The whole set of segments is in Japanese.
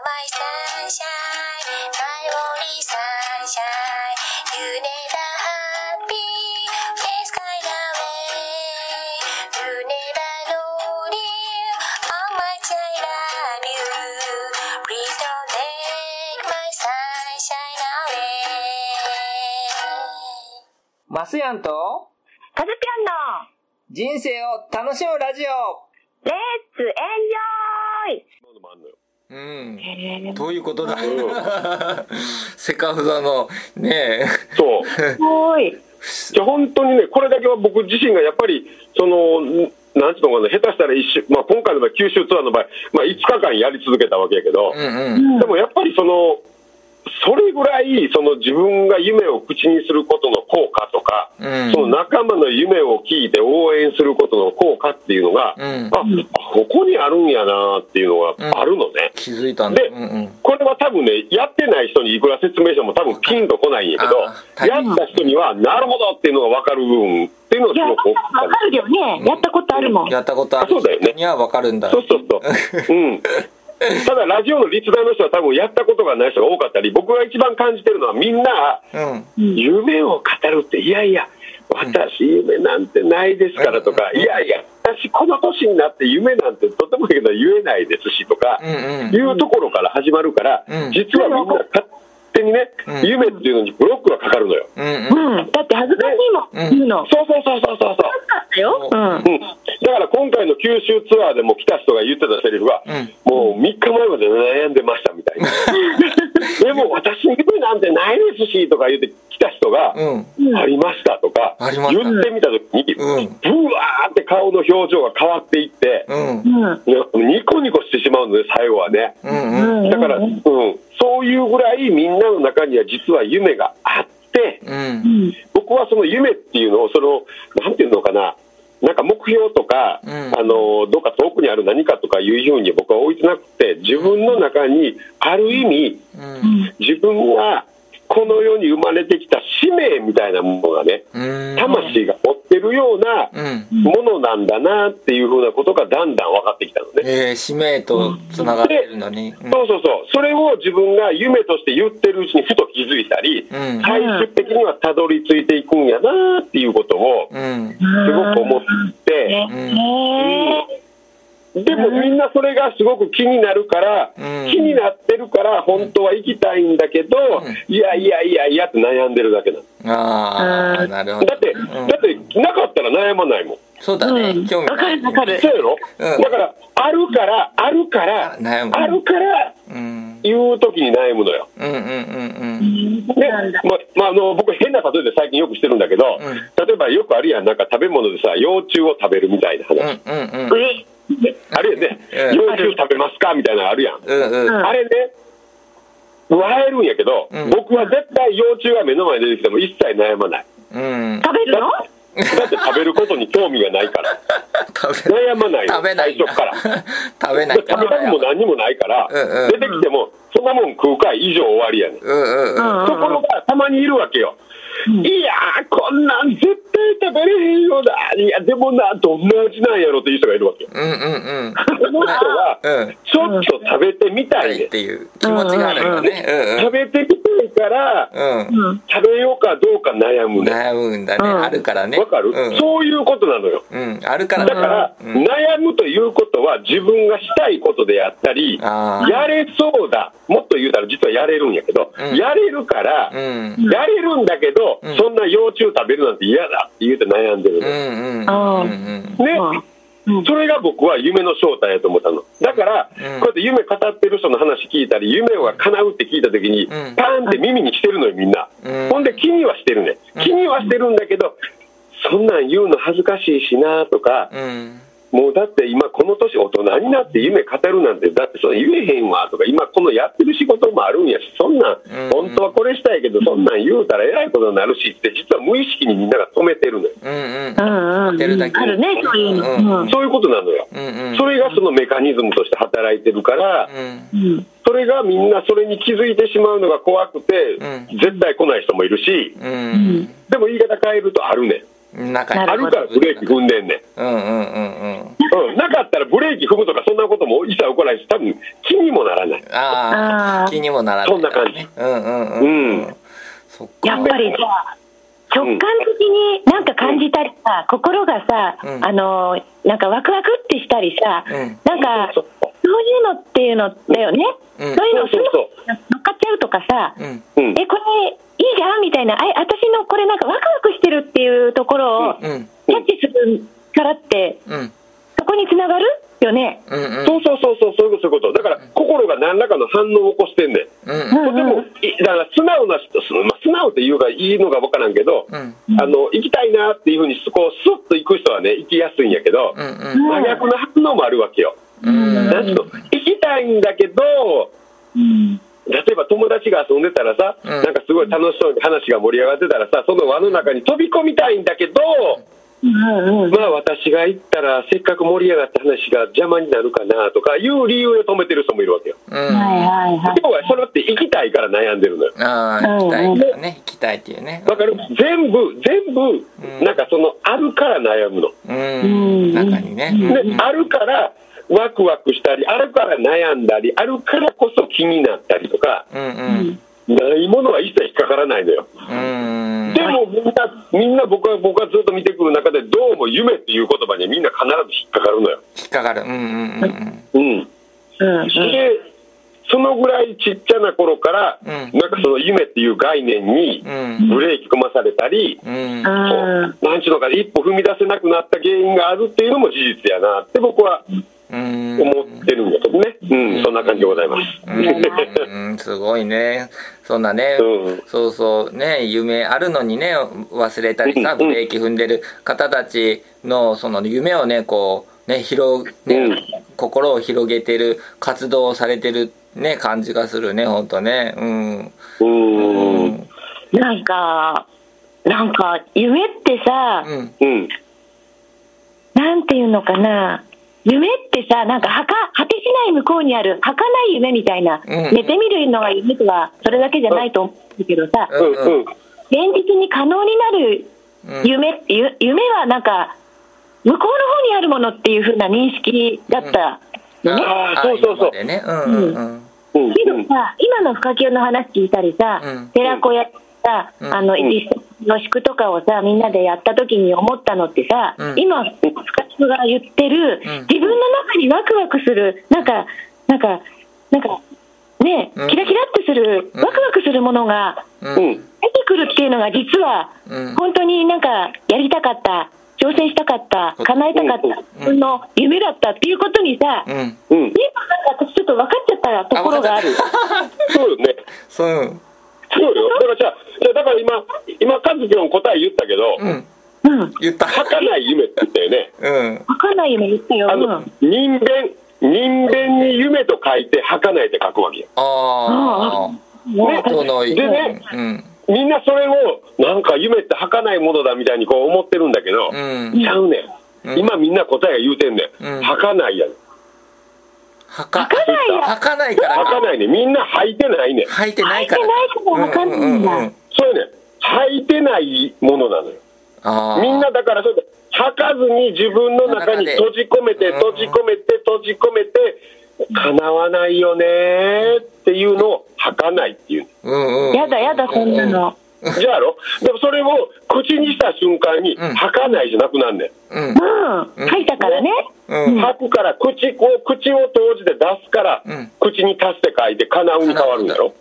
my sunshine, my only sunshine. You never happy, face kind of way. You never know how much I love you. Please don't take my sunshine away. マスヤンとカズピョンの人生を楽しむラジオ。 レッツエンジョイ。 どういうことだ。セカフザのねえ。 そう。 すごい。 じゃ本当にね、これだけは僕自身がやっぱりなんていうのかな、下手したら今回の場合九州ツアーの場合、5日間やり続けたわけやけど、でもやっぱりそれぐらい自分が夢を口にすることの効果とか、その仲間の夢を聞いて応援することの効果っていうのが、ここにあるんやなっていうのがあるのね。 気づいたんだ。 で、これは多分ね、やってない人にいくら説明しても多分ピンとこないんやけど、やった人にはなるほどっていうのが分かる部分っていうのがすごく大きかった。 分かるよね。やったことあるもん。 やったことある人には分かるんだ。 そう。ただラジオのリスナーの人は多分やったことがない人が多かったり、僕が一番感じてるのはみんな、夢を語るっていやいや私夢なんてないですからとか、いやいや私この年になって夢なんてとてもいいけど言えないですしとかいうところから始まるから、実はみんな勝手にね、夢っていうのにブロックがかかるのよ。 だって恥ずかしいもん、言うの。 そう。 よ。 だから今回の九州ツアーでも来た人が言ってたセリフが、もう3日前まで悩んでましたみたいな。でも私夢なんてないですしとか言って来た人が、ありましたとか言ってみた時に、ブワーって顔の表情が変わっていって、ニコニコしてしまうので最後はね。だから、そういうぐらいみんなの中には実は夢があって、僕はその夢っていうのをなんていうのかな、なんか目標とか、どっか遠くにある何かとかいうふうに僕は置いてなくて、自分の中にある意味、自分がこの世に生まれてきた使命みたいなものがね、魂が持ってるようなものなんだなっていうふうなことがだんだん分かってきたのね。 使命とつながってるんだね。 そう。それを自分が夢として言ってるうちにふと気づいたり、最終的にはたどり着いていくんやなっていうことをすごく思って、でもみんなそれがすごく気になるから、気になってるから本当は行きたいんだけど、いやって悩んでるだけなの。 なるほど。 だってなかったら悩まないもん。 そうだね。興味ない。 わかる。 そうやろ。だからあるから言う時に悩むのよ。僕変な例えで最近よくしてるんだけど、例えばよくあるやん、なんか食べ物でさ、幼虫を食べるみたいな話。あれね、幼虫食べますかみたいなのあるやん。あれね、笑えるんやけど、僕は絶対幼虫が目の前に出てきても一切悩まない。 食べるの？ だって食べることに興味がないから。悩まないよ、最初から。食べたくも何にもないから、出てきてもそんなもん食うか以上終わりやねん。ところがたまにいるわけよ。いやーこんなん絶対食べれへんよな、いやでもなどんな味なんやろっていう人がいるわけよ。その人はちょっと食べてみたいねっていう気持ちがあるんだね。 食べてみたいから食べようかどうか悩むんだね。あるからね。 わかる？そういうことなのよ。 あるから。 だから悩むということは自分がしたいことであったり、やれそうだ、もっと言うたら実はやれるんやけど、やれるからやれるんだけど、そんな幼虫食べるなんて嫌だって言うて悩んでるのね。それが僕は夢の正体やと思ったの。だからこうやって夢語ってる人の話聞いたり、夢が叶うって聞いた時にパーンって耳にしてるのよみんな。ほんで気にはしてるね。気にはしてるんだけど、そんなん言うの恥ずかしいしなとか、もうだって今この年大人になって夢語るなんてだってそれ言えへんわとか、今このやってる仕事もあるんやし、そんなん本当はこれしたいけどそんなん言うたらえらいことになるしって実は無意識にみんなが止めてるのよ。 あるね、そういうの。 そういうことなのよ。それがそのメカニズムとして働いてるから、それがみんなそれに気づいてしまうのが怖くて絶対来ない人もいるし、でも言い方変えるとあるねん。 中にあるからブレーキ踏んでんねん。なかったらブレーキ踏むとかそんなことも一切起こらないし、多分気にもならない。 気にもならない。 そんな感じ。 やっぱりじゃあ直感的になんか感じたりさ、心がさ、なんかワクワクってしたりさ、なんかそういうのっていうのだよね。そういうのすぐ乗っかっちゃうとかさ、これいいじゃんみたいな、私のこれなんかワクワクしてるっていうところをキャッチするからって、そこにつながるよね。 そういうこと。だから心が何らかの反応を起こしてんねん。とてもだから素直な人、素直っていうかいいのか分からんけど、行きたいなっていうふうにこうスッと行く人はね行きやすいんやけど、真逆な反応もあるわけよ。なんていうの、行きたいんだけど、例えば友達が遊んでたらさ、なんかすごい楽しそうに話が盛り上がってたらさ、その輪の中に飛び込みたいんだけど、まあ私が行ったらせっかく盛り上がった話が邪魔になるかなとかいう理由で止めてる人もいるわけよ。要はそれって行きたいから悩んでるのよ。 行きたいからね、行きたいっていうね。 だから全部なんかそのあるから悩むの。 中にね。 であるからワクワクしたり、あるから悩んだり、あるからこそ気になったりとか、ないものは一切引っかからないのよ。でもみんな僕はずっと見てくる中でどうも夢っていう言葉にみんな必ず引っかかるのよ。 引っかかる。 でそのぐらいちっちゃな頃から、なんかその夢っていう概念にブレーキ組まされたり、なんちゅうのか一歩踏み出せなくなった原因があるっていうのも事実やなって僕は思ってるんだけどね。そんな感じでございます。 すごいね。そんなね、そうね、夢あるのにね忘れたりさ、ブレーキ踏んでる方たちのその夢をねこうね心を広げてる活動をされてるね感じがするね、本当ね。 なんか夢ってさ、なんていうのかな。夢ってさ、なんか果てしない向こうにある儚い夢みたいな、寝てみるのが夢とはそれだけじゃないと思うけどさ、現実に可能になる夢はなんか向こうの方にあるものっていう風な認識だったよね。 そうけどさ、今の深清の話聞いたりさ、寺子屋さ、の宿とかをさみんなでやった時に思ったのってさ、今深清が言ってる、自分の中にワクワクするなんかね、キラキラってする、ワクワクするものが出てくるっていうのが実は本当になんかやりたかった、挑戦したかった、叶えたかった自分の夢だったっていうことにさ、今なんか私ちょっと分かっちゃったところがある。 そうよね。そうよ。だから今和樹の答え言ったけど、 言った。 儚い夢って言ったよね。 儚い夢言ったよ。 人弁に夢と書いて儚いって書くわけよ。でね、みんなそれをなんか夢って儚いものだみたいにこう思ってるんだけど、ちゃうねん。今みんな答えが言うてんねん。儚いやん。 儚いから儚いね。みんな履いてないねん。 履いてないから分かんないんだ。 そうね、履いてないものなのよ。みんなだからそれで履かずに自分の中に閉じ込めて叶わないよねっていうのを履かないっていう。 やだそんなの。 じゃあでもそれを口にした瞬間に履かないじゃなくなんねん。 吐いたからね。 吐くから口を閉じて出すから、口に足して書いて叶うに変わるんだろ。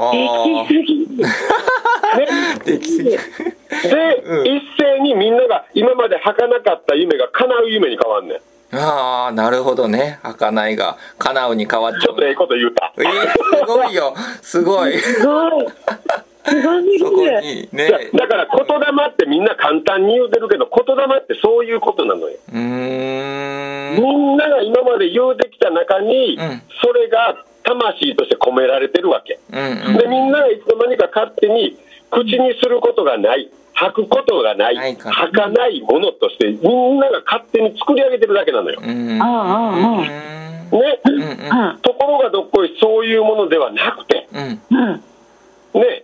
できすぎ。 で、一斉にみんなが今まで儚かった夢が叶う夢に変わんねん。 なるほどね。儚いが叶うに変わっちゃう。 ちょっとええこと言うた。 すごいよ。すごい。そこにね。 だから言霊ってみんな簡単に言うてるけど、言霊ってそういうことなのよ。みんなが今まで言うてきた中に、それが魂として込められてるわけ。でみんながいつの間にか勝手に口にすることがない、吐くことがない、吐かないものとしてみんなが勝手に作り上げてるだけなのよ。ところがどっこいそういうものではなくて、ね、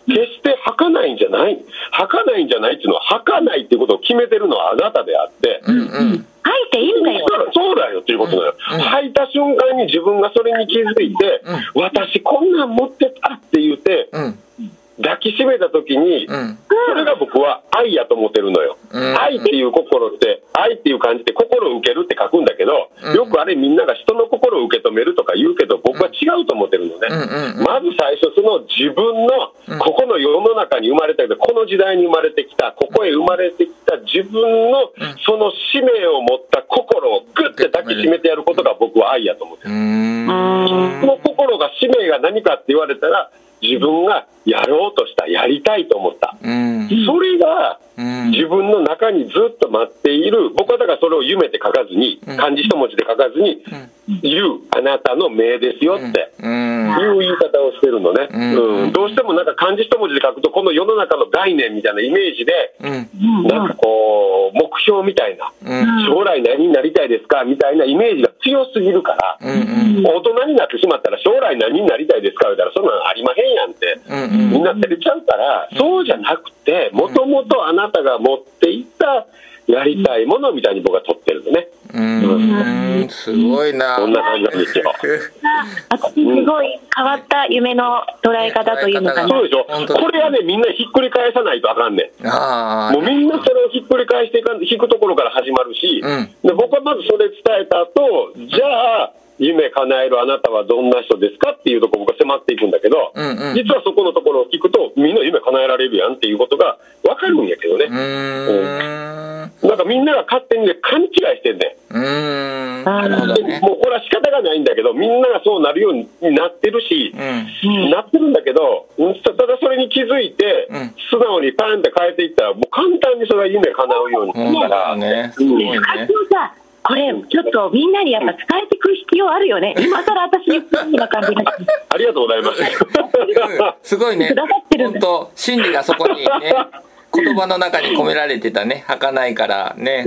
決して儚いんじゃないっていうのは、儚いっていうことを決めてるのはあなたであって、 吐いていいんだよ。 そうだよっていうことだよ。吐いた瞬間に自分がそれに気づいて、私こんなん持ってたって言って、抱きしめた時に、それが僕は愛やと思ってるのよ。愛っていう心って、愛っていう感じで心を受けるって書くんだけど、よくあれみんなが人の心を受け止めるとか言うけど、僕は違うと思ってるのね。まず最初、その自分の、ここの世の中に生まれたけど、この時代に生まれてきた、ここへ生まれてきた自分のその使命を持った心をグッて抱きしめてやることが僕は愛やと思ってる。その心が使命が何かって言われたら、自分がやろうとした、やりたいと思った、それが自分の中にずっと待っている。僕はだからそれを夢って書かずに、漢字一文字で書かずに、いるあなたの命ですよっていう言い方をしてるのね。どうしてもなんか漢字一文字で書くと、この世の中の概念みたいなイメージで、なんかこう目標みたいな、将来何になりたいですかみたいなイメージが強すぎるから、大人になってしまったら将来何になりたいですか言ったらそんなのありまへんやんって、みんな照れちゃうから、そうじゃなくて、もともとあなたが持っていたやりたいものみたいに僕は取ってるのね。 すごいな。 そんな感じなんですよ。 私すごい変わった夢の捉え方というのかな。 そうでしょ。これはね、みんなひっくり返さないとあかんねん。もうみんなそれをひっくり返していかん、引くところから始まるし、で僕はまずそれ伝えた後、じゃあ夢叶えるあなたはどんな人ですかっていうところ僕は迫っていくんだけど、実はそこのところを聞くと、みんな夢叶えられるやんっていうことが分かるんやけどね。なんかみんなが勝手にね、勘違いしてんねん。もうこれは仕方がないんだけど、みんながそうなるようになってるし、なってるんだけど、ただそれに気づいて、素直にパンって変えていったら、もう簡単にそれが夢叶うようになるから。 これちょっとみんなにやっぱ伝えていく必要あるよね。今更私言ってるような感じがして。 ありがとうございます。 すごいね。本当真理がそこにね、言葉の中に込められてたね。儚いからね。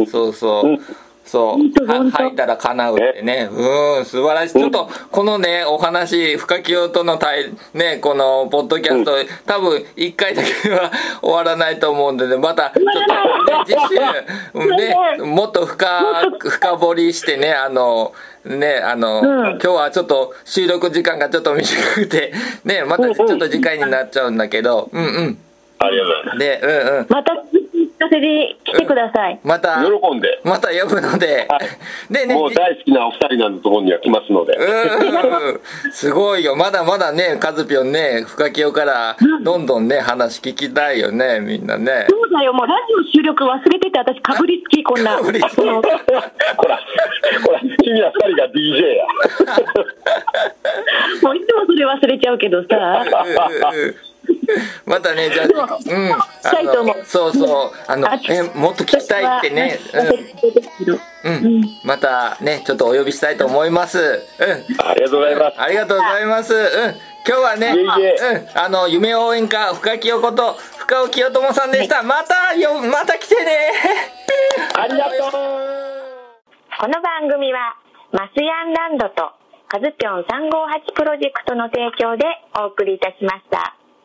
吐いたら叶うってね。素晴らしい。ちょっとこのねお話、深清とのねこのポッドキャスト、多分1回だけは終わらないと思うんでね、またちょっとね次週ねもっと深掘りしてね、今日はちょっと収録時間がちょっと短くてね、またちょっと次回になっちゃうんだけど、 ありがとうございます。また聞かせに来てください。 また喜んでまた呼ぶので、 でね、もう大好きなお二人のところには来ますので。 すごいよ。まだまだね、カズピョンね、深清からどんどんね話聞きたいよね、みんなね。 そうだよ、もうラジオ収録忘れてて、私かぶりつきこんな。ほら君ら二人が DJ や。 もういつもそれ忘れちゃうけどさ。 またね、じゃあ、もっと聞きたいってね、またね、ちょっとお呼びしたいと思います。 ありがとうございます。 ありがとうございます。今日はね、夢応援歌深清こと深尾清友さんでした。また来てね。 ありがとう。 この番組はマスヤンランドとカズピョン358プロジェクトの提供でお送りいたしました。